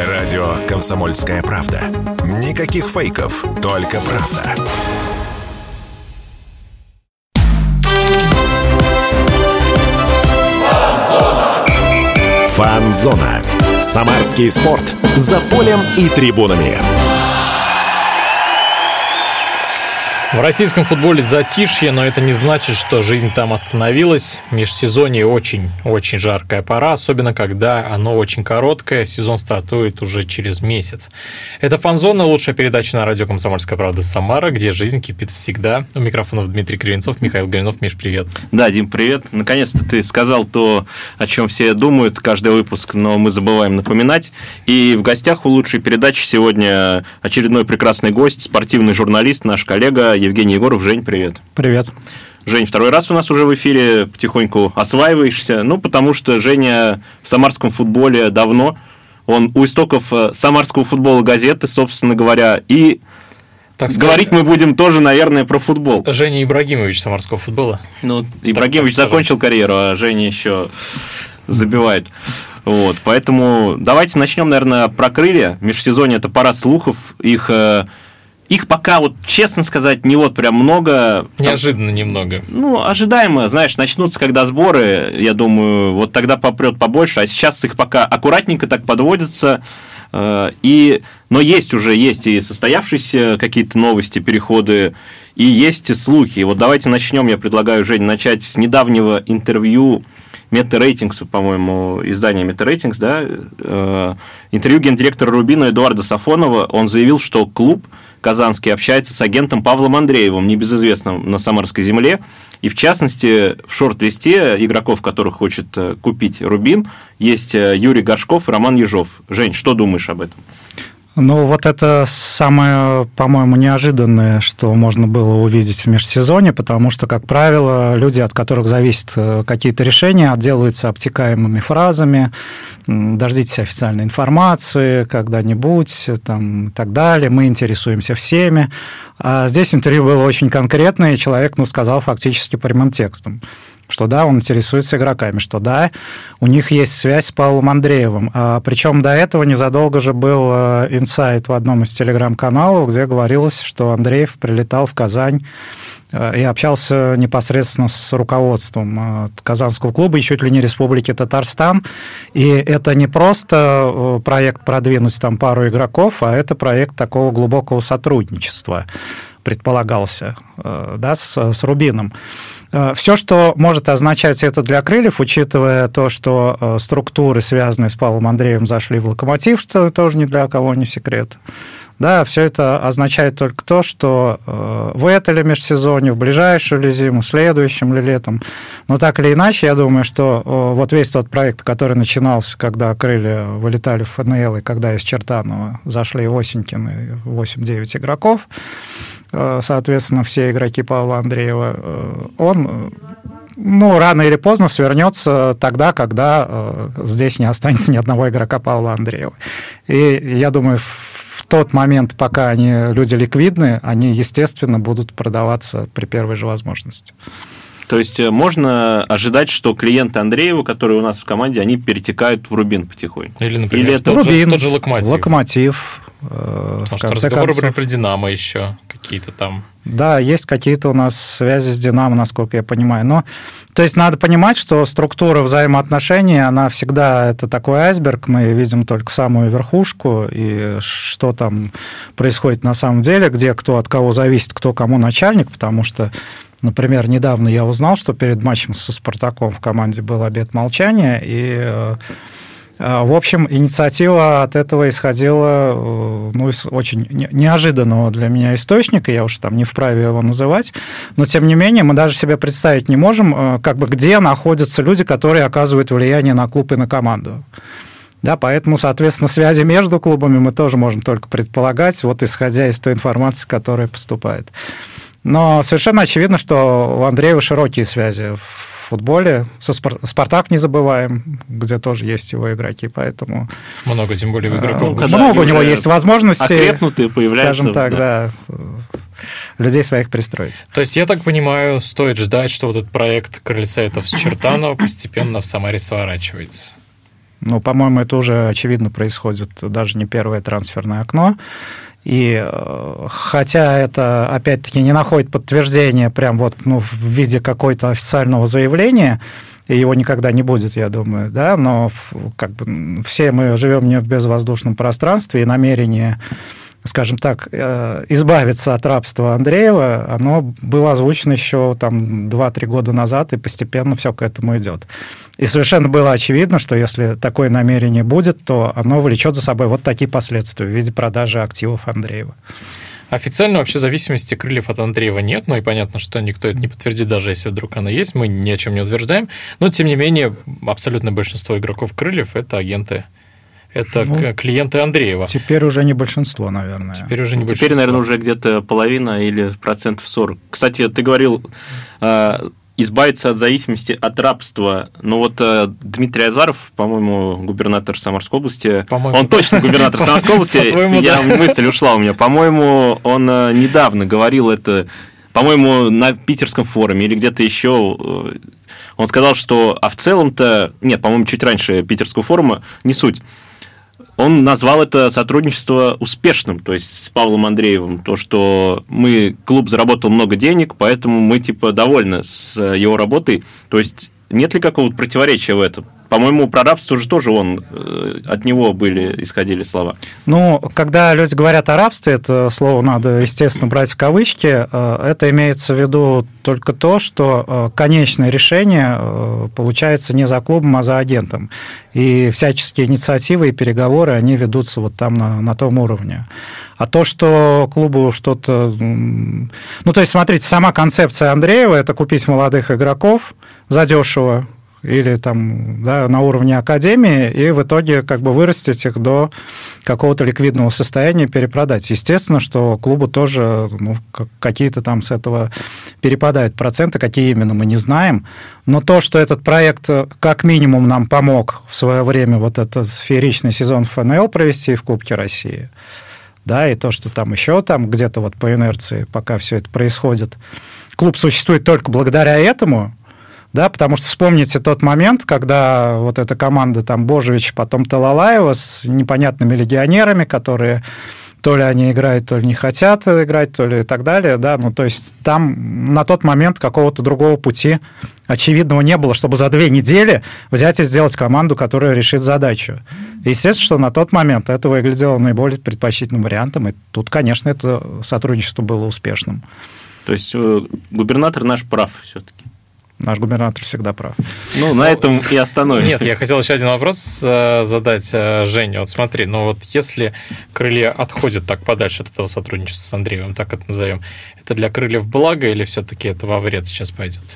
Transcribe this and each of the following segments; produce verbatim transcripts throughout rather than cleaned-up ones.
Радио «Комсомольская правда». Никаких фейков, только правда. Фан-зона. Самарский спорт. За полем и трибунами. В российском футболе затишье, но это не значит, что жизнь там остановилась. Межсезонье очень-очень жаркая пора, особенно когда оно очень короткое, сезон стартует уже через месяц. Это «Фан-зона», лучшая передача на радио «Комсомольская правда» Самара, где жизнь кипит всегда. У микрофонов Дмитрий Кривенцов, Михаил Горюнов. Миш, привет. Да, Дим, привет. Наконец-то ты сказал то, о чем все думают каждый выпуск, но мы забываем напоминать. И в гостях у лучшей передачи сегодня очередной прекрасный гость, спортивный журналист, наш коллега Евгений Егоров. Жень, привет. Привет. Жень, второй раз у нас уже в эфире, потихоньку осваиваешься, ну, потому что Женя в самарском футболе давно, он у истоков самарского футбола газеты, собственно говоря, и так говорить сказать, мы будем тоже, наверное, про футбол. Женя Ибрагимович самарского футбола. Ну, Ибрагимович так, так закончил карьеру, а Женя еще забивает. Вот, поэтому давайте начнем, наверное, про крылья. Межсезонье – это пора слухов, их... Их пока, вот честно сказать, не вот прям много. Неожиданно там, немного. Ну, ожидаемо, знаешь, начнутся когда сборы, я думаю, вот тогда попрет побольше, а сейчас их пока аккуратненько так подводятся. И, но есть уже, есть и состоявшиеся какие-то новости, переходы, и есть слухи. Вот давайте начнем, я предлагаю, Жень, начать с недавнего интервью Meta-Ratings, по-моему, издание Meta-Ratings, да, интервью гендиректора Рубина Эдуарда Сафонова. Он заявил, что клуб казанский общается с агентом Павлом Андреевым, небезызвестным на самарской земле, и в частности в шорт-листе игроков, которых хочет купить Рубин, есть Юрий Горшков и Роман Ежов. Жень, что думаешь об этом? Ну, вот это самое, по-моему, неожиданное, что можно было увидеть в межсезонье, потому что, как правило, люди, от которых зависят какие-то решения, отделываются обтекаемыми фразами, дождитесь официальной информации когда-нибудь, там, и так далее, мы интересуемся всеми. А здесь интервью было очень конкретное, и человек, ну, сказал фактически прямым текстом, что да, он интересуется игроками, что да, у них есть связь с Павлом Андреевым. А, причем до этого незадолго же был инсайт в одном из телеграм-каналов, где говорилось, что Андреев прилетал в Казань и общался непосредственно с руководством казанского клуба, и чуть ли не Республики Татарстан. И это не просто проект продвинуть там пару игроков, а это проект такого глубокого сотрудничества, предполагался, да, с, с Рубином. Все, что может означать это для крыльев, учитывая то, что структуры, связанные с Павлом Андреевым, зашли в «Локомотив», что тоже ни для кого не секрет. Да, все это означает только то, что в это ли межсезонье, в ближайшую ли зиму, следующим ли летом. Но так или иначе, я думаю, что вот весь тот проект, который начинался, когда крылья вылетали в эф эн эл, и когда из Чертанова зашли Осенькин и восемь-девять игроков, соответственно, все игроки Павла Андреева, он, ну, рано или поздно свернется тогда, когда здесь не останется ни одного игрока Павла Андреева. И я думаю, в тот момент, пока они люди ликвидны, они, естественно, будут продаваться при первой же возможности. То есть можно ожидать, что клиенты Андреева, которые у нас в команде, они перетекают в Рубин потихоньку? Или, например, Или тот, Рубин, же, тот же Локомотив. Локомотив. Потому что разговоры были про Динамо еще какие-то там. Да, есть какие-то у нас связи с Динамо, насколько я понимаю. Но, то есть надо понимать, что структура взаимоотношений, она всегда это такой айсберг, мы видим только самую верхушку, и что там происходит на самом деле, где кто от кого зависит, кто кому начальник, потому что, например, недавно я узнал, что перед матчем со «Спартаком» в команде был обет молчания, и... В общем, инициатива от этого исходила, ну, из очень неожиданного для меня источника, я уж там не вправе его называть, но, тем не менее, мы даже себе представить не можем, как бы, где находятся люди, которые оказывают влияние на клуб и на команду. Да, поэтому, соответственно, связи между клубами мы тоже можем только предполагать, вот исходя из той информации, которая поступает. Но совершенно очевидно, что у Андреева широкие связи в футболе. Со «Спартак» не забываем, где тоже есть его игроки, поэтому... Много, тем более, игроков. Ну, много у него есть возможностей, окрепнутые появляются. Скажем так, да. да, людей своих пристроить. То есть, я так понимаю, стоит ждать, что вот этот проект крыльца с Чертанова постепенно в Самаре сворачивается? Ну, по-моему, это уже, очевидно, происходит даже не первое трансферное окно. И хотя это, опять-таки, не находит подтверждения прям вот, ну, в виде какой-то официального заявления, и его никогда не будет, я думаю, да, но как бы все мы живем не в безвоздушном пространстве, и намерение, скажем так, избавиться от рабства Андреева, оно было озвучено еще там два-три года назад, и постепенно все к этому идет. И совершенно было очевидно, что если такое намерение будет, то оно влечет за собой вот такие последствия в виде продажи активов Андреева. Официально вообще зависимости крыльев от Андреева нет, ну и понятно, что никто это не подтвердит, даже если вдруг она есть, мы ни о чем не утверждаем, но тем не менее абсолютное большинство игроков крыльев – это агенты. Это ну, клиенты Андреева. Теперь уже не большинство, наверное. Теперь уже не Теперь, большинство. наверное, уже где-то половина или процентов сорок. Кстати, ты говорил э, избавиться от зависимости от рабства. Ну вот э, Дмитрий Азаров, по-моему, губернатор Самарской области, по-моему, он да. точно губернатор Самарской области, я мысль ушла у меня. По-моему, он недавно говорил это, по-моему, на питерском форуме или где-то еще. Он сказал, что, а в целом-то, нет, по-моему, чуть раньше питерского форума, не суть. Он назвал это сотрудничество успешным, то есть с Павлом Андреевым, то, что мы, клуб заработал много денег, поэтому мы типа довольны с его работой. То есть нет ли какого-то противоречия в этом? По-моему, про рабство же тоже он, от него были, исходили слова. Ну, когда люди говорят о рабстве, это слово надо, естественно, брать в кавычки. Это имеется в виду только то, что конечное решение получается не за клубом, а за агентом. И всяческие инициативы и переговоры, они ведутся вот там на, на том уровне. А то, что клубу что-то... Ну, то есть, смотрите, сама концепция Андреева – это купить молодых игроков задешево, или там, да, на уровне академии, и в итоге как бы вырастить их до какого-то ликвидного состояния, перепродать. Естественно, что клубу тоже ну, какие-то там с этого перепадают проценты, какие именно мы не знаем, но то, что этот проект как минимум нам помог в свое время вот этот фееричный сезон эф эн эл провести в Кубке России, да, и то, что там еще там где-то вот по инерции, пока все это происходит, клуб существует только благодаря этому. Да, потому что вспомните тот момент, когда вот эта команда там Божевич, потом Талалаева с непонятными легионерами, которые то ли они играют, то ли не хотят играть, то ли и так далее, да, ну то есть там на тот момент какого-то другого пути очевидного не было, чтобы за две недели взять и сделать команду, которая решит задачу. И естественно, что на тот момент это выглядело наиболее предпочтительным вариантом, и тут, конечно, это сотрудничество было успешным. То есть губернатор наш прав все-таки. Наш губернатор всегда прав. Ну, на этом и остановимся. Нет, я хотел еще один вопрос задать Жене. Вот смотри, ну вот если крылья отходят так подальше от этого сотрудничества с Андреевым, так это назовем, это для крыльев благо или все-таки это во вред сейчас пойдет?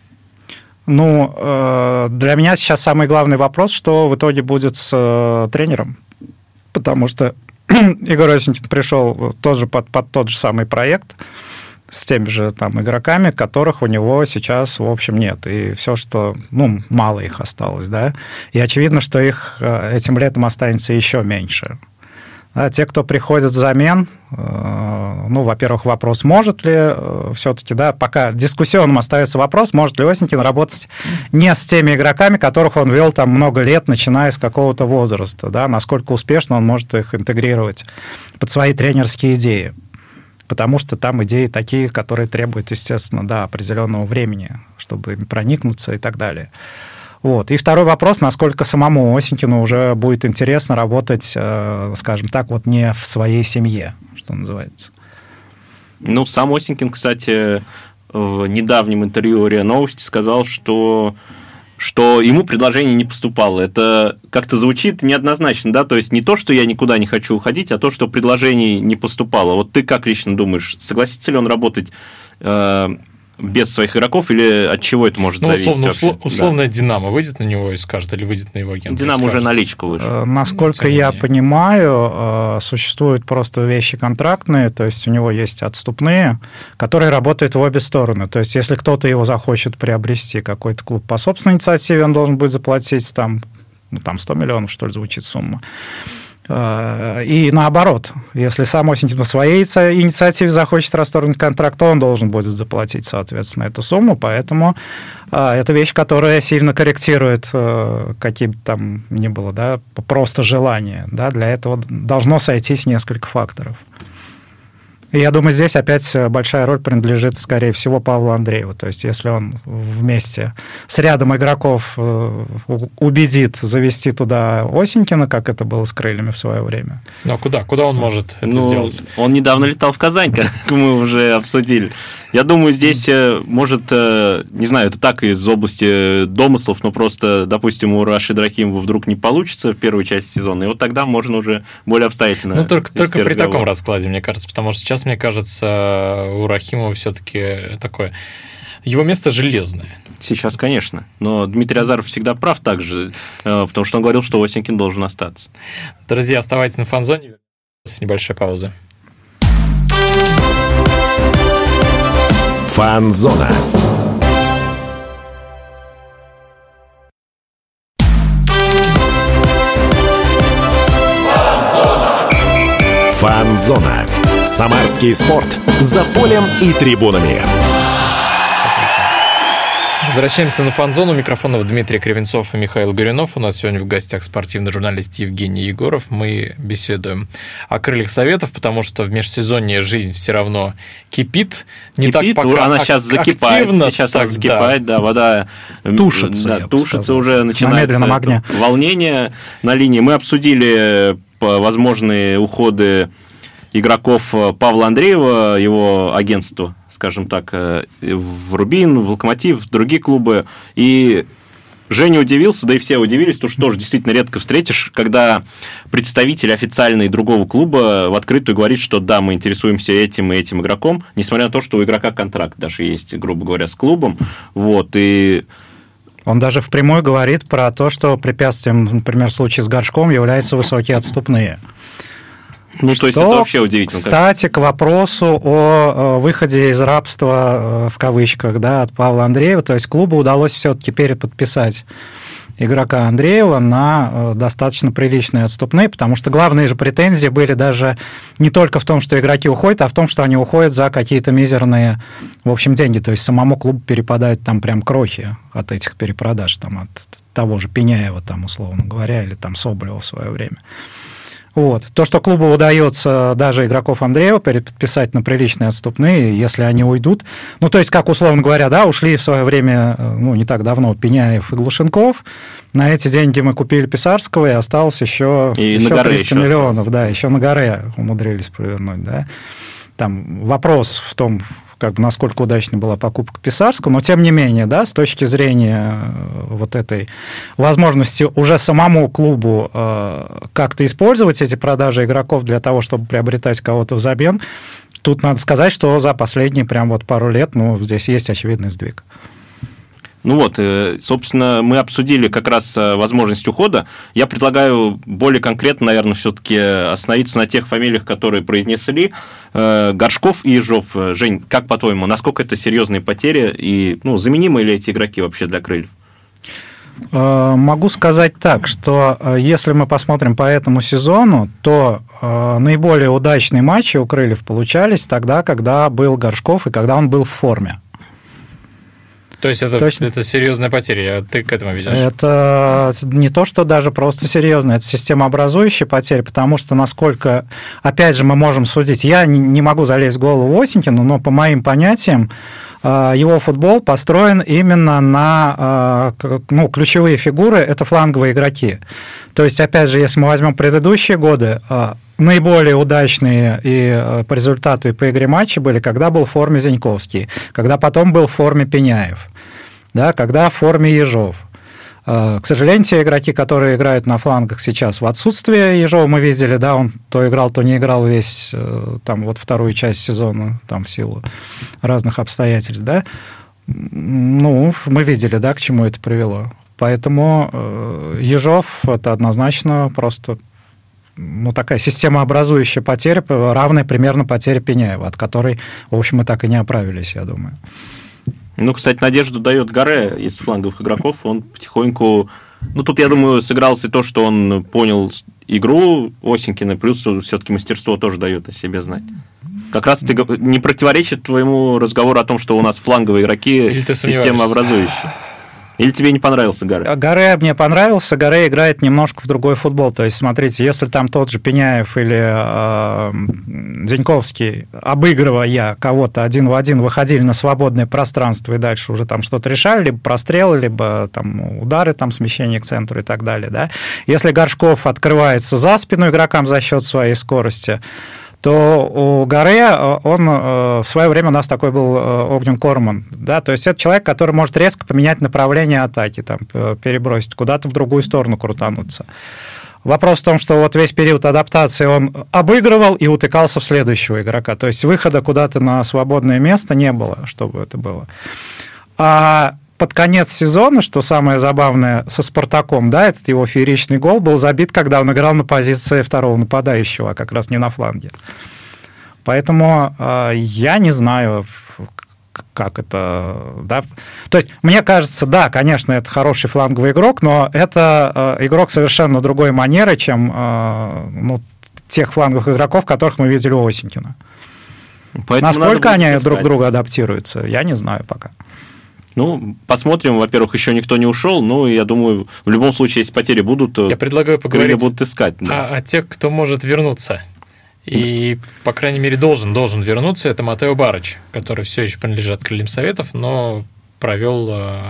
Ну, для меня сейчас самый главный вопрос, что в итоге будет с тренером. Потому что Игорь Осенькин пришел тоже под, под тот же самый проект, с теми же там игроками, которых у него сейчас, в общем, нет. И все, что... Ну, мало их осталось, да. И очевидно, что их этим летом останется еще меньше. Да, те, кто приходит взамен, ну, во-первых, вопрос, может ли все-таки, да, пока дискуссионным остается вопрос, может ли Осенькин работать не с теми игроками, которых он вел там много лет, начиная с какого-то возраста, да, насколько успешно он может их интегрировать под свои тренерские идеи. Потому что там идеи такие, которые требуют, естественно, да, определенного времени, чтобы им проникнуться и так далее. Вот. И второй вопрос, насколько самому Осенькину уже будет интересно работать, скажем так, вот не в своей семье, что называется. Ну, сам Осенькин, кстати, в недавнем интервью РИА Новости сказал, что... что ему предложение не поступало. Это как-то звучит неоднозначно, да, то есть не то, что я никуда не хочу уходить, а то, что предложение не поступало. Вот ты как лично думаешь, согласится ли он работать э, без своих игроков, или от чего это может ну, зависеть? Условно, вообще? условная да. «Динамо» выйдет на него и скажет, или выйдет на его агента? «Динамо» уже наличку вышла. Насколько ну, я понимаю, существуют просто вещи контрактные, то есть у него есть отступные, которые работают в обе стороны. То есть если кто-то его захочет приобрести, какой-то клуб по собственной инициативе, он должен будет заплатить там, ну, там сто миллионов, что ли, звучит сумма. И наоборот, если сам Осенькин по своей инициативе захочет расторгнуть контракт, то он должен будет заплатить, соответственно, эту сумму. Поэтому это вещь, которая сильно корректирует какие бы там ни было, да, просто желания. Да, для этого должно сойтись несколько факторов. И я думаю, здесь опять большая роль принадлежит, скорее всего, Павлу Андрееву. То есть, если он вместе с рядом игроков убедит завести туда Осенькина, как это было с Крыльями в свое время. Ну, а куда? Куда он может это ну, сделать? Он недавно летал в Казань, как мы уже обсудили. Я думаю, здесь, может, не знаю, это так из области домыслов, но просто, допустим, у Рашида Рахимова вдруг не получится в первой части сезона, и вот тогда можно уже более обстоятельно Ну, только, только при разговор. таком раскладе, мне кажется, потому что сейчас, мне кажется, у Рахимова все-таки такое... Его место железное. Сейчас, конечно. Но Дмитрий Азаров всегда прав также, потому что он говорил, что Осенькин должен остаться. Друзья, оставайтесь на фан-зоне. С небольшой паузы. Фан-зона. Фан-зона. Самарский спорт. За полем и трибунами. Возвращаемся на фан-зону. Микрофонов Дмитрий Кривенцов и Михаил Горюнов. У нас сегодня в гостях спортивный журналист Евгений Егоров. Мы беседуем о крыльях Советов, потому что в межсезонье жизнь все равно кипит. Не кипит, так пока она сейчас закипает, активно, сейчас так, она закипает, да, да вода тушится, да, тушится уже, начинается на огне. волнение на линии. Мы обсудили возможные уходы игроков Павла Андреева, его агентству, скажем так, в Рубин, в Локомотив, в другие клубы. И Женя удивился, да и все удивились, потому что тоже действительно редко встретишь, когда представитель официальный другого клуба в открытую говорит, что да, мы интересуемся этим и этим игроком, несмотря на то, что у игрока контракт даже есть, грубо говоря, с клубом. Вот, и... Он даже впрямую говорит про то, что препятствием, например, в случае с Горшком являются высокие отступные. Ну, что, то есть это вообще удивительно. Кстати, к вопросу о выходе из рабства, в кавычках, да, от Павла Андреева, то есть клубу удалось все-таки переподписать игрока Андреева на достаточно приличные отступные, потому что главные же претензии были даже не только в том, что игроки уходят, а в том, что они уходят за какие-то мизерные, в общем, деньги. То есть самому клубу перепадают там прям крохи от этих перепродаж, там, от того же Пеняева, там, условно говоря, или там Соболева в свое время. Вот. То, что клубу удается даже игроков Андреева переподписать на приличные отступные, если они уйдут. Ну, то есть, как условно говоря, да, ушли в свое время, ну, не так давно, Пеняев и Глушенков. На эти деньги мы купили Писарского, и осталось еще, еще триста миллионов. Осталось. Да, еще на горе умудрились провернуть. Да. Там вопрос в том, как бы, насколько удачной была покупка Писарского, но тем не менее, да, с точки зрения вот этой возможности уже самому клубу э, как-то использовать эти продажи игроков для того, чтобы приобретать кого-то взамен, тут надо сказать, что за последние прям вот пару лет, ну, здесь есть очевидный сдвиг. Ну вот, собственно, мы обсудили как раз возможность ухода. Я предлагаю более конкретно, наверное, все-таки остановиться на тех фамилиях, которые произнесли. Горшков и Ежов. Жень, как по-твоему, насколько это серьезные потери и, ну, заменимы ли эти игроки вообще для крыльев? Могу сказать так, что если мы посмотрим по этому сезону, то наиболее удачные матчи у крыльев получались тогда, когда был Горшков и когда он был в форме. То есть это, это серьезная потеря, ты к этому видишь? Это не то, что даже просто серьезная, это системообразующая потеря, потому что насколько, опять же, мы можем судить, я не могу залезть в голову Осенькину, но по моим понятиям его футбол построен именно на, ну, ключевые фигуры, это фланговые игроки. То есть, опять же, если мы возьмем предыдущие годы, наиболее удачные и по результату и по игре матчи были, когда был в форме Зеньковский, когда потом был в форме Пеняев, да, когда в форме Ежов. К сожалению, те игроки, которые играют на флангах сейчас в отсутствие Ежова, мы видели, да, он то играл, то не играл весь там вот вторую часть сезона там в силу разных обстоятельств, да. Ну, мы видели, да, к чему это привело. Поэтому Ежов – это однозначно просто, ну, такая системообразующая потеря, равная примерно потере Пеняева, от которой, в общем, мы так и не оправились, я думаю. Ну, кстати, надежду дает Гаре из фланговых игроков. Он потихоньку... Ну, тут, я думаю, сыгралось и то, что он понял игру Осенькина, плюс все-таки мастерство тоже дает о себе знать. Как раз ты не противоречит твоему разговору о том, что у нас фланговые игроки системообразующие. Или тебе не понравился Гаре? Гаре мне понравился. Гаре играет немножко в другой футбол. То есть, смотрите, если там тот же Пеняев или э, Деньковский, обыгрывая кого-то один в один, выходили на свободное пространство и дальше уже там что-то решали, либо прострелы, либо там удары, там смещение к центру и так далее. Да? Если Горшков открывается за спину игрокам за счет своей скорости, то у Гаре, он в свое время у нас такой был Огнен Корман, да, то есть это человек, который может резко поменять направление атаки, там, перебросить куда-то в другую сторону, крутануться. Вопрос в том, что вот весь период адаптации он обыгрывал и утыкался в следующего игрока, то есть выхода куда-то на свободное место не было, чтобы это было. А под конец сезона, что самое забавное, со «Спартаком», да, этот его фееричный гол был забит, когда он играл на позиции второго нападающего, а как раз не на фланге. Поэтому э, я не знаю, как это... Да? То есть, мне кажется, да, конечно, это хороший фланговый игрок, но это э, игрок совершенно другой манеры, чем э, ну, тех фланговых игроков, которых мы видели у Осенькина. Поэтому насколько они искать. друг друга адаптируются, я не знаю пока. Ну, посмотрим. Во-первых, еще никто не ушел. Ну, я думаю, в любом случае, если потери будут, то я предлагаю поговорить будут искать. Да. О, о тех, кто может вернуться. И, по крайней мере, должен, должен вернуться. Это Матео Барыч, который все еще принадлежит крыльям Советов, но провел...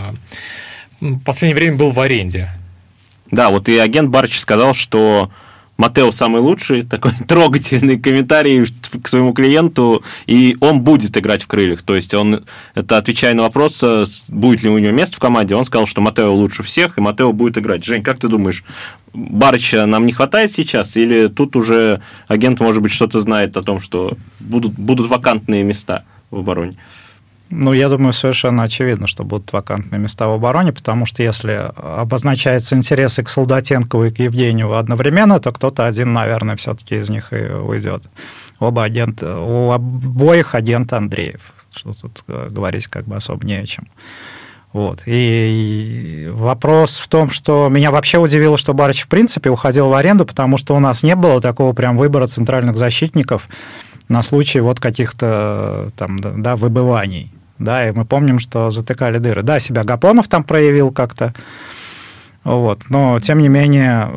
В последнее время был в аренде. Да, вот и агент Барыч сказал, что Матео самый лучший, такой трогательный комментарий к своему клиенту, и он будет играть в крыльях. То есть он, это отвечая на вопрос, будет ли у него место в команде, он сказал, что Матео лучше всех, и Матео будет играть. Жень, как ты думаешь, Барыча нам не хватает сейчас, или тут уже агент, может быть, что-то знает о том, что будут, будут вакантные места в обороне? Ну, я думаю, совершенно очевидно, что будут вакантные места в обороне, потому что если обозначаются интересы к Солдатенкову и к Евгеньеву одновременно, то кто-то один, наверное, все-таки из них и уйдет. Оба агента, у обоих агент Андреев, что тут говорить как бы особо не о чем. Вот. И вопрос в том, что меня вообще удивило, что Барыч в принципе уходил в аренду, потому что у нас не было такого прям выбора центральных защитников на случай вот каких-то там, да, выбываний. Да, и мы помним, что затыкали дыры. Да, себя Гапонов там проявил как-то, вот, но, тем не менее,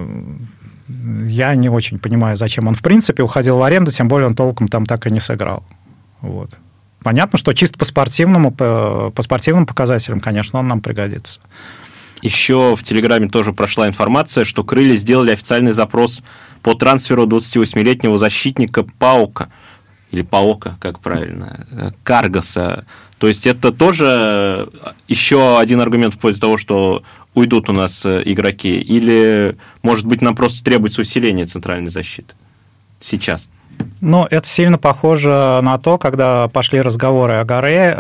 я не очень понимаю, зачем он, в принципе, уходил в аренду, тем более он толком там так и не сыграл. Вот. Понятно, что чисто по спортивному, по, по спортивным показателям, конечно, он нам пригодится. Еще в Телеграме тоже прошла информация, что крылья сделали официальный запрос по трансферу двадцативосьмилетнего защитника Паука, или Паока, как правильно, Каргаса. То есть это тоже еще один аргумент в пользу того, что уйдут у нас игроки, или, может быть, нам просто требуется усиление центральной защиты сейчас? Ну, это сильно похоже на то, когда пошли разговоры о Гаре,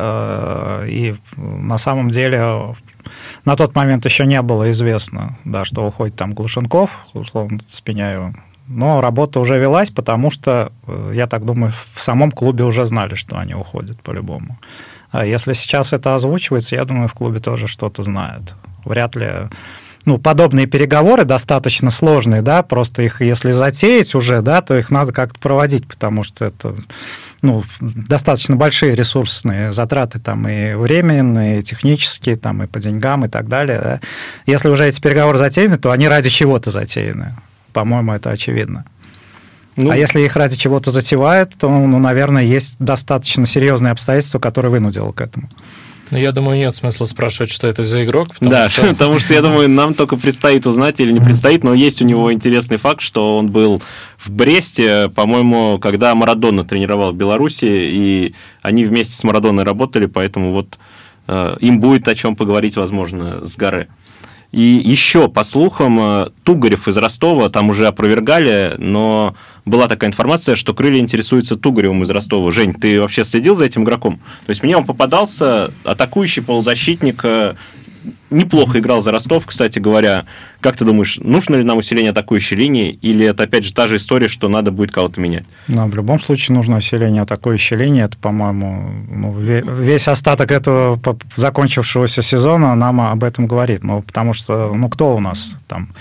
и на самом деле на тот момент еще не было известно, да, что уходит там Глушенков, условно, с Пеняевым. Но работа уже велась, потому что, я так думаю, в самом клубе уже знали, что они уходят по-любому. А если сейчас это озвучивается, я думаю, в клубе тоже что-то знают. Вряд ли... Ну, подобные переговоры достаточно сложные, да, просто их, если затеять уже, да, то их надо как-то проводить, потому что это, ну, достаточно большие ресурсные затраты там и временные, и технические, там, и по деньгам, и так далее. Да. Если уже эти переговоры затеяны, то они ради чего-то затеяны. По-моему, это очевидно. Ну, а если их ради чего-то затевают, то, ну, наверное, есть достаточно серьезные обстоятельства, которые вынудило к этому. Ну, я думаю, нет смысла спрашивать, что это за игрок. Потому да, что... потому что, я думаю, нам только предстоит узнать или не предстоит, но есть у него интересный факт, что он был в Бресте, по-моему, когда Марадона тренировал в Беларуси, и они вместе с Марадоной работали, поэтому вот э, им будет о чем поговорить, возможно, с Гаре. И еще, по слухам, Тугарев из Ростова там уже опровергали, но была такая информация, что крылья интересуются Тугаревым из Ростова. Жень, ты вообще следил за этим игроком? То есть мне он попадался, атакующий полузащитник, неплохо играл за Ростов, кстати говоря. Как ты думаешь, нужно ли нам усиление атакующей линии, или это опять же та же история, что надо будет кого-то менять? Ну, в любом случае нужно усиление атакующей линии. Это, по-моему, ну, весь остаток этого закончившегося сезона нам об этом говорит. Ну, потому что, ну, кто у нас там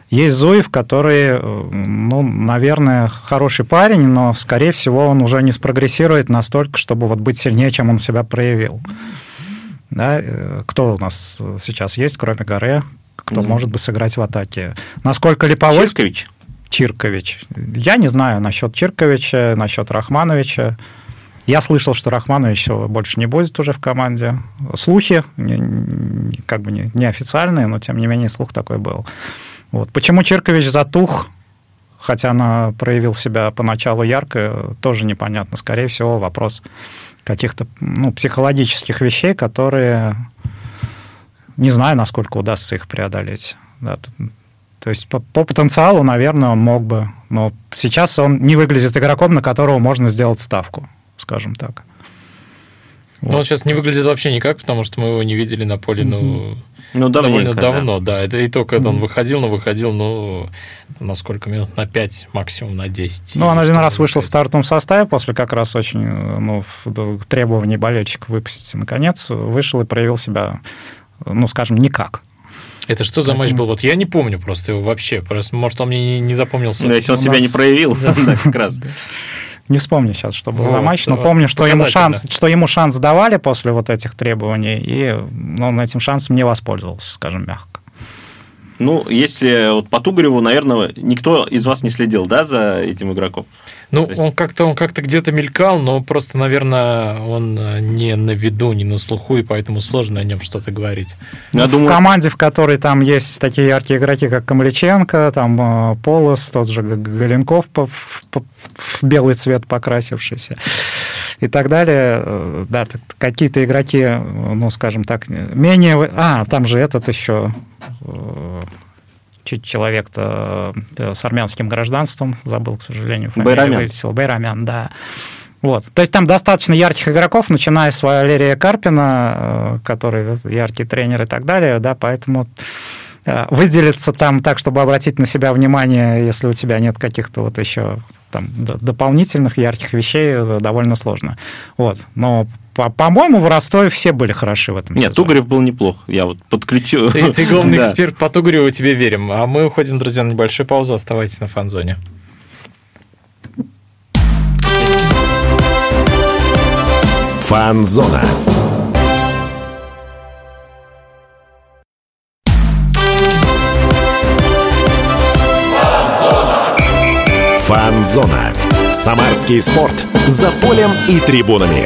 Есть Зуев, который, ну, наверное, хороший парень, но, скорее всего, он уже не спрогрессирует настолько, чтобы вот быть сильнее, чем он себя проявил. Да? Кто у нас сейчас есть, кроме Гаре, кто mm-hmm. может бы сыграть в атаке? Насколько Липовой... Чиркович. Чиркович. Я не знаю насчет Чирковича, насчет Рахмановича. Я слышал, что Рахманович больше не будет уже в команде. Слухи, как бы не, неофициальные, но тем не менее слух такой был. Вот. Почему Чиркович затух, хотя она проявил себя поначалу ярко, тоже непонятно. Скорее всего, вопрос каких-то, ну, психологических вещей, которые не знаю, насколько удастся их преодолеть. Да. То есть по, по потенциалу, наверное, он мог бы, но сейчас он не выглядит игроком, на которого можно сделать ставку, скажем так. Но вот. Он сейчас не выглядит вообще никак, потому что мы его не видели на поле, ну, ну довольно давно, да. да. Это и то, когда он выходил, но выходил, ну, на сколько минут? На пять, максимум на десять. Ну, он один раз вышел в стартовом составе после как раз очень, ну, требований болельщиков выпустить. Наконец вышел и проявил себя, ну, скажем, никак. Это что за матч был? Вот я не помню просто его вообще. Просто, может, он мне не запомнился. Да, если он себя не проявил, да, как раз. Не вспомню сейчас, что был за матч, но помню, что ему шанс, что ему шанс давали после вот этих требований, и он этим шансом не воспользовался, скажем мягко. Ну, если вот по Тугареву, наверное, никто из вас не следил, да, за этим игроком? Ну, есть... он как-то он как-то где-то мелькал, но просто, наверное, он не на виду, не на слуху, и поэтому сложно о нем что-то говорить. Ну, в думаю... команде, в которой там есть такие яркие игроки, как Камличенко, там Полос, тот же Галенков в белый цвет покрасившийся и так далее, да, какие-то игроки, ну, скажем так, менее... А, там же этот еще... человек-то с армянским гражданством, забыл, к сожалению, фамилию вылетел. Байрамян, да. Вот. То есть там достаточно ярких игроков, начиная с Валерия Карпина, который яркий тренер и так далее, да, поэтому выделиться там так, чтобы обратить на себя внимание, если у тебя нет каких-то вот еще там дополнительных ярких вещей, довольно сложно. Вот. Но по-моему, в Ростове все были хороши в этом сезоне. Нет, Тугарев был неплох. Я вот подключу. Ты, ты главный да. эксперт по Тугареву, тебе верим. А мы уходим, друзья, на небольшую паузу. Оставайтесь на Фан-зоне. Фан-зона. Фан-зона. Самарский спорт. За полем и трибунами.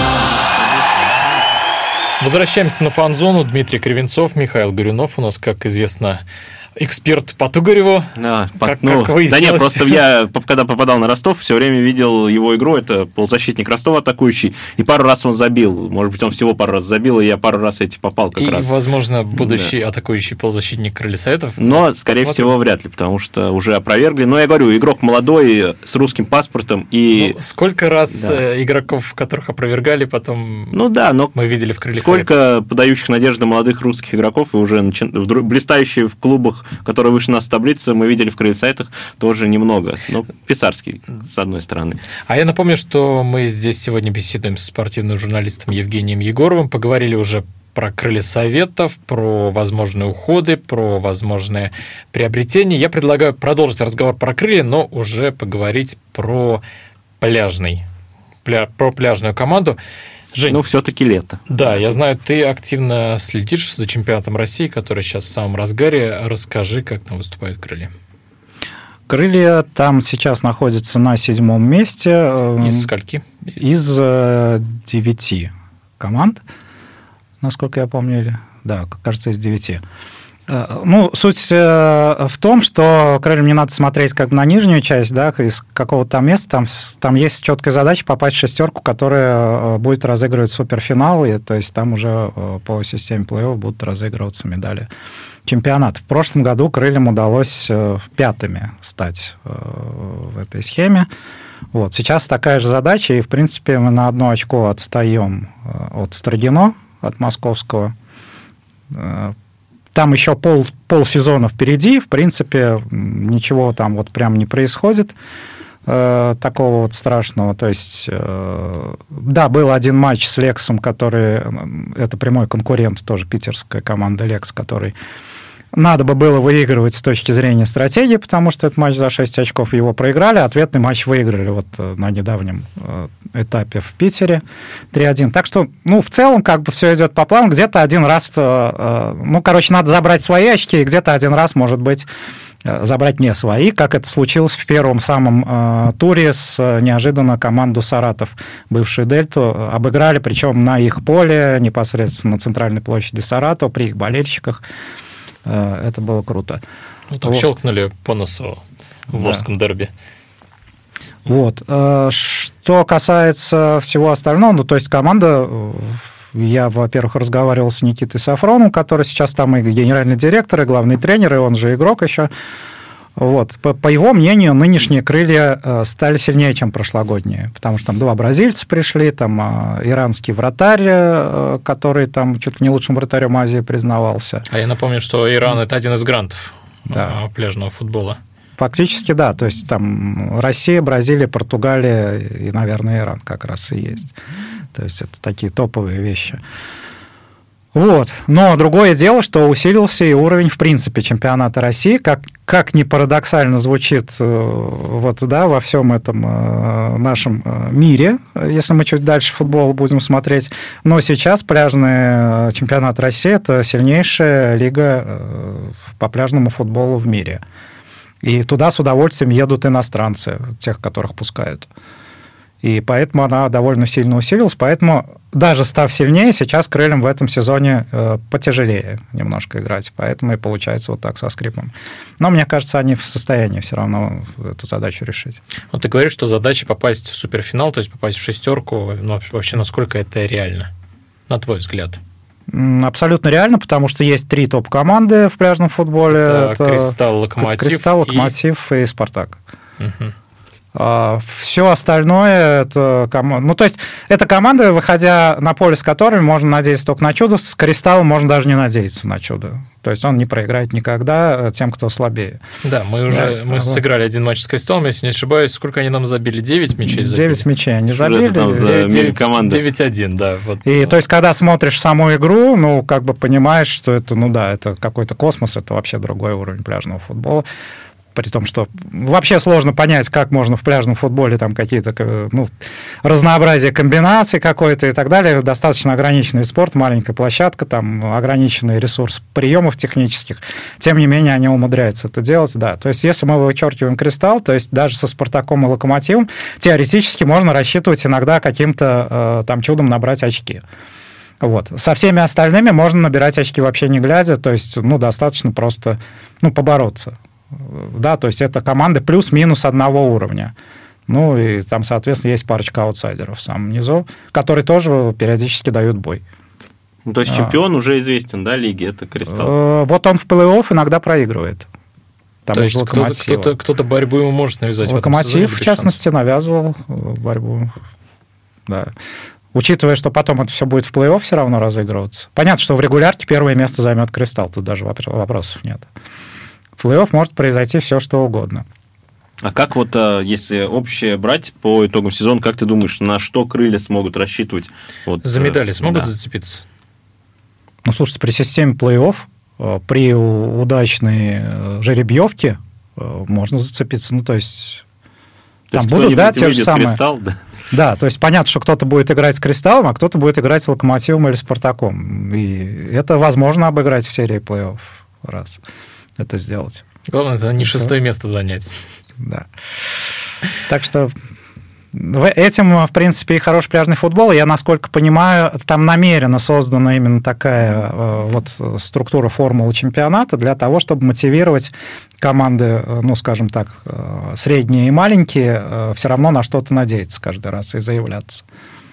Возвращаемся на Фан-зону. Дмитрий Кривенцов, Михаил Горюнов. У нас, как известно, эксперт по Тугареву. А, как, ну, как да нет, просто я, когда попадал на Ростов, все время видел его игру. Это полузащитник Ростова атакующий. И пару раз он забил. Может быть, он всего пару раз забил, и я пару раз эти попал как и, раз. И, возможно, будущий да. атакующий полузащитник Крылья Советов. Но, скорее Посмотрим. всего, вряд ли, потому что уже опровергли. Но я говорю, игрок молодой, с русским паспортом. И... Ну, сколько раз да. игроков, которых опровергали, потом ну, да, но мы видели в Крылья Сколько Советов. подающих надежды молодых русских игроков, и уже начи... блистающие в клубах, которые выше нас в таблице, мы видели в Крылья Советах, тоже немного. Ну, писарский, с одной стороны. А я напомню, что мы здесь сегодня беседуем с спортивным журналистом Евгением Егоровым. Поговорили уже про Крылья Советов, про возможные уходы, про возможные приобретения. Я предлагаю продолжить разговор про крылья, но уже поговорить про пляжный, пля... про пляжную команду. Жень, ну, все-таки лето. Да, я знаю, ты активно следишь за чемпионатом России, который сейчас в самом разгаре. Расскажи, как там выступают крылья. Крылья там сейчас находятся на седьмом месте. Из скольки? Из девяти команд, насколько я помню. Или... Да, кажется, из девяти. Ну, суть в том, что крыльям не надо смотреть как бы на нижнюю часть, да, из какого-то там места, там, там есть четкая задача попасть в шестерку, которая будет разыгрывать суперфинал, и, то есть там уже по системе плей-офф будут разыгрываться медали чемпионата. В прошлом году крыльям удалось пятыми стать в этой схеме. Вот. Сейчас такая же задача, и, в принципе, мы на одно очко отстаем от Строгино, от московского. Там еще пол, полсезона впереди, в принципе, ничего там вот прям не происходит э, такого вот страшного. То есть, э, да, был один матч с Лексом, который, это прямой конкурент, тоже питерская команда Лекс, который надо бы было выигрывать с точки зрения стратегии, потому что этот матч за шесть очков его проиграли, ответный матч выиграли вот на недавнем этапе в Питере три один. Так что, ну, в целом, как бы все идет по плану. Где-то один раз, ну, короче, надо забрать свои очки, и где-то один раз, может быть, забрать не свои, как это случилось в первом самом э, туре с неожиданно команду «Саратов», бывшую «Дельту», обыграли, причем на их поле, непосредственно на центральной площади Саратова, при их болельщиках. Э, это было круто. Ну, там вот. Щелкнули по носу в Волжском да. дерби. Вот. Э, что касается всего остального, ну, то есть команда... Я, во-первых, разговаривал с Никитой Сафроновым, который сейчас там и генеральный директор, и главный тренер, и он же игрок еще. Вот. По, по его мнению, нынешние крылья стали сильнее, чем прошлогодние, потому что там два бразильца пришли, там иранский вратарь, который там чуть ли не лучшим вратарем Азии признавался. А я напомню, что Иран – это один из грантов да. пляжного футбола. Фактически, да. То есть там Россия, Бразилия, Португалия и, наверное, Иран как раз и есть. То есть это такие топовые вещи. Вот. Но другое дело, что усилился и уровень, в принципе, чемпионата России. Как, как ни парадоксально звучит вот, да, во всем этом нашем мире, если мы чуть дальше футбол будем смотреть. Но сейчас пляжный чемпионат России – это сильнейшая лига по пляжному футболу в мире. И туда с удовольствием едут иностранцы, тех, которых пускают. И поэтому она довольно сильно усилилась. Поэтому, даже став сильнее, сейчас крыльям в этом сезоне потяжелее немножко играть. Поэтому и получается вот так со скрипом. Но мне кажется, они в состоянии все равно эту задачу решить. Вот ты говоришь, что задача попасть в суперфинал, то есть попасть в шестерку. Но вообще, насколько это реально, на твой взгляд? Абсолютно реально, потому что есть три топ-команды в пляжном футболе. Это, это «Кристалл», «Локомотив». «Кристалл», «Локомотив» и, и «Спартак». Угу. Все остальное, это команда. Ну, то есть, это команда, выходя на поле с которыми можно надеяться только на чудо, с «Кристаллом» можно даже не надеяться на чудо. То есть, он не проиграет никогда тем, кто слабее. Да, мы уже да, мы ага. сыграли один матч с «Кристаллом», если не ошибаюсь. Сколько они нам забили? девять мячей забили? девять мячей они забили. девять один, да. Вот. И, то есть, когда смотришь саму игру, ну, как бы понимаешь, что это, ну да, это какой-то космос, это вообще другой уровень пляжного футбола. При том, что вообще сложно понять, как можно в пляжном футболе там какие-то, ну, разнообразие комбинаций какое-то и так далее. Достаточно ограниченный спорт, маленькая площадка, там ограниченный ресурс приемов технических. Тем не менее, они умудряются это делать, да. То есть, если мы вычеркиваем «Кристалл», то есть даже со «Спартаком» и «Локомотивом», теоретически можно рассчитывать иногда каким-то э, там чудом набрать очки. Вот. Со всеми остальными можно набирать очки вообще не глядя, то есть, ну, достаточно просто, ну, побороться. Да, то есть это команды плюс-минус одного уровня. Ну, и там, соответственно, есть парочка аутсайдеров в самом низу, которые тоже периодически дают бой. Ну, то есть чемпион а, уже известен, да, лиги, это «Кристалл»? Вот он в плей-офф иногда проигрывает. Там то есть кто-то, кто-то, кто-то борьбу ему может навязать в этом сезоне? «Локомотив», в частности, шанс. навязывал борьбу. Да. Учитывая, что потом это все будет в плей-офф все равно разыгрываться. Понятно, что в регулярке первое место займет «Кристалл», тут даже вопросов нет. В плей-офф может произойти все, что угодно. А как вот, если общее брать по итогам сезона, как ты думаешь, на что крылья смогут рассчитывать? Вот, за медали смогут да. зацепиться? Ну, слушайте, при системе плей-офф, при удачной жеребьевке можно зацепиться. Ну, то есть, то там есть будут, да, те же самые... «Кристалл», да? Да, то есть понятно, что кто-то будет играть с «Кристаллом», а кто-то будет играть с «Локомотивом» или «Спартаком». И это возможно обыграть в серии плей-офф раз. Это сделать. Главное, это не шестое место занять. Да. Так что этим, в принципе, и хороший пляжный футбол. Я, насколько понимаю, там намеренно создана именно такая вот структура формулы чемпионата для того, чтобы мотивировать команды, ну, скажем так, средние и маленькие, все равно на что-то надеяться каждый раз и заявляться.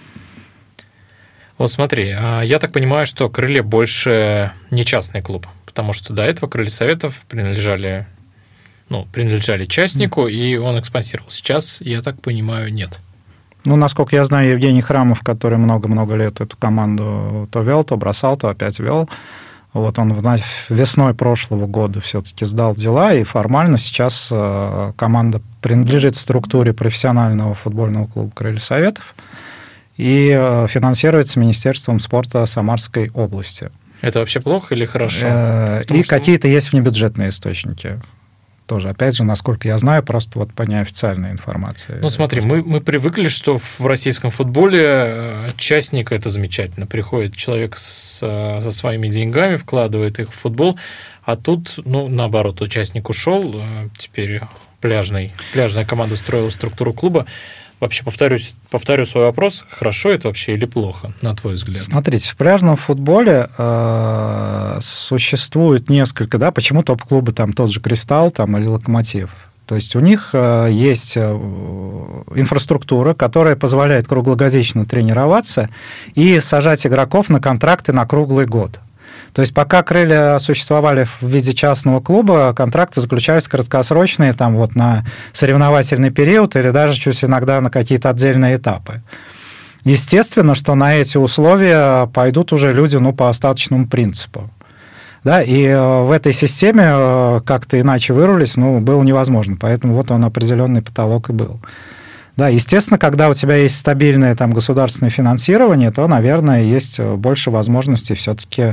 Вот смотри, я так понимаю, что «Крылья» больше не частный клуб. Потому что до этого «Крылья Советов» принадлежали, ну, принадлежали частнику, mm. и он экспансировал. Сейчас, я так понимаю, нет. Ну, насколько я знаю, Евгений Храмов, который много-много лет эту команду то вел, то бросал, то опять вел. Вот он весной прошлого года все-таки сдал дела, и формально сейчас команда принадлежит структуре профессионального футбольного клуба «Крылья Советов» и финансируется Министерством спорта Самарской области. Это вообще плохо или хорошо? И что... какие-то есть внебюджетные источники. Тоже, опять же, насколько я знаю, просто вот по неофициальной информации. Ну, смотри, мы, мы привыкли, что в российском футболе частник – это замечательно. Приходит человек с, со своими деньгами, вкладывает их в футбол, а тут, ну, наоборот, участник ушел, теперь пляжный, пляжная команда строила структуру клуба. Вообще, повторюсь, повторю свой вопрос, хорошо это вообще или плохо, на твой взгляд? Смотрите, в пляжном футболе э, существует несколько, да, почему топ-клубы, там тот же «Кристалл» там, или «Локомотив». То есть у них э, есть инфраструктура, которая позволяет круглогодично тренироваться и сажать игроков на контракты на круглый год. То есть пока «Крылья» существовали в виде частного клуба, контракты заключались краткосрочные там, вот, на соревновательный период или даже чуть иногда на какие-то отдельные этапы. Естественно, что на эти условия пойдут уже люди ну, по остаточному принципу. Да, и в этой системе как-то иначе вырулись ну, было невозможно, поэтому вот он определенный потолок и был. Да, естественно, когда у тебя есть стабильное там, государственное финансирование, то, наверное, есть больше возможностей все-таки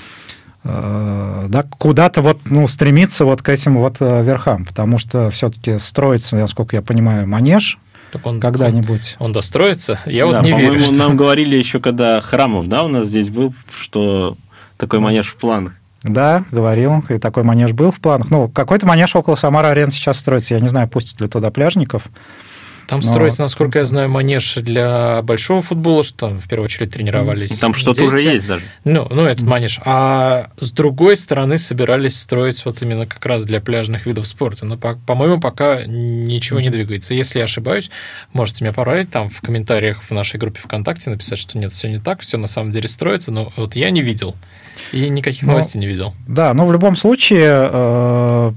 э, да, куда-то вот, ну, стремиться вот к этим вот верхам, потому что все-таки строится, насколько я понимаю, манеж так он, когда-нибудь. Он, он достроится? Я да, вот не верю. Что... Нам говорили еще, когда Храмов, да, у нас здесь был, что такой манеж в планах. Да, говорил, и такой манеж был в планах. Ну, какой-то манеж около Самара-Арены сейчас строится, я не знаю, пустят ли туда пляжников. Там Но... строится, насколько я знаю, манеж для большого футбола, что там в первую очередь тренировались. Там что-то уже есть даже. Ну, ну, этот манеж. А с другой стороны собирались строить вот именно как раз для пляжных видов спорта. Но, по- по-моему, пока ничего не двигается. Если я ошибаюсь, можете меня поправить там в комментариях в нашей группе ВКонтакте написать, что нет, все не так, все на самом деле строится. Но вот я не видел. И никаких ну, новостей не видел. Да, но в любом случае... Э-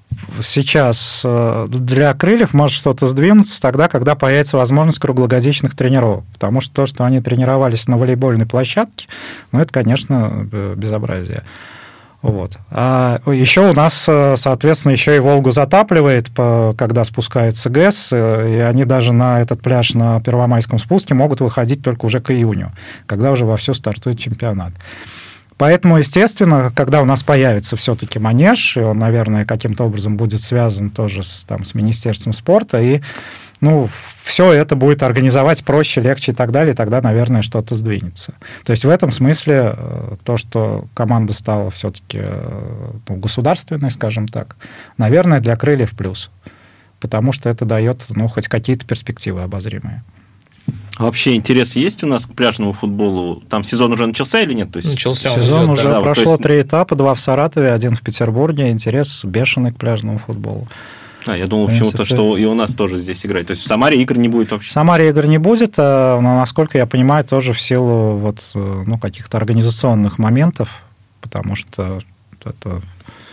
Сейчас для «Крыльев» может что-то сдвинуться тогда, когда появится возможность круглогодичных тренировок. Потому что то, что они тренировались на волейбольной площадке, ну, это, конечно, безобразие. Вот. А еще у нас, соответственно, еще и Волгу затапливает, когда спускается ГЭС, и они даже на этот пляж на Первомайском спуске могут выходить только уже к июню, когда уже вовсю стартует чемпионат. Поэтому, естественно, когда у нас появится все-таки манеж, и он, наверное, каким-то образом будет связан тоже с, там, с Министерством спорта, и ну, все это будет организовать проще, легче и так далее, и тогда, наверное, что-то сдвинется. То есть в этом смысле то, что команда стала все-таки ну, государственной, скажем так, наверное, для «Крыльев» плюс, потому что это дает ну, хоть какие-то перспективы обозримые. А вообще интерес есть у нас к пляжному футболу? Там сезон уже начался или нет? То есть... Начался. Сезон идет, уже да, прошло вот, есть... три этапа, два в Саратове, один в Петербурге. Интерес бешеный к пляжному футболу. А, я думал почему-то, что и у нас тоже здесь играть. То есть в Самаре игр не будет вообще? В Самаре игр не будет, но, насколько я понимаю, тоже в силу вот, ну, каких-то организационных моментов, потому что это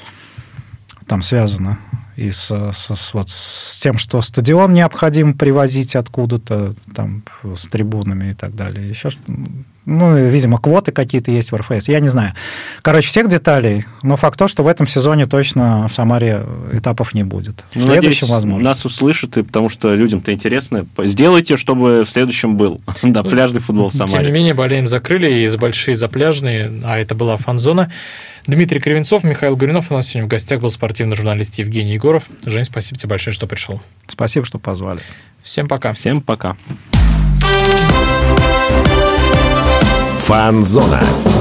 там связано и с, с, вот, с тем, что стадион необходимо привозить откуда-то, там, с трибунами и так далее. Еще, ну, видимо, квоты какие-то есть в эр эф эс, я не знаю. Короче, всех деталей, но факт то, что в этом сезоне точно в Самаре этапов не будет. В ну, следующем, надеюсь, возможно. Нас услышат, и потому что людям-то интересно. Сделайте, чтобы в следующем был да, пляжный футбол в Самаре. Тем не менее, болеем за «Крылья» и за большие, за пляжные, а это была фан-зона. Дмитрий Кривенцов, Михаил Гуринов. У нас сегодня в гостях был спортивный журналист Евгений Егоров. Жень, спасибо тебе большое, что пришел. Спасибо, что позвали. Всем пока. Всем пока. Фан-зона.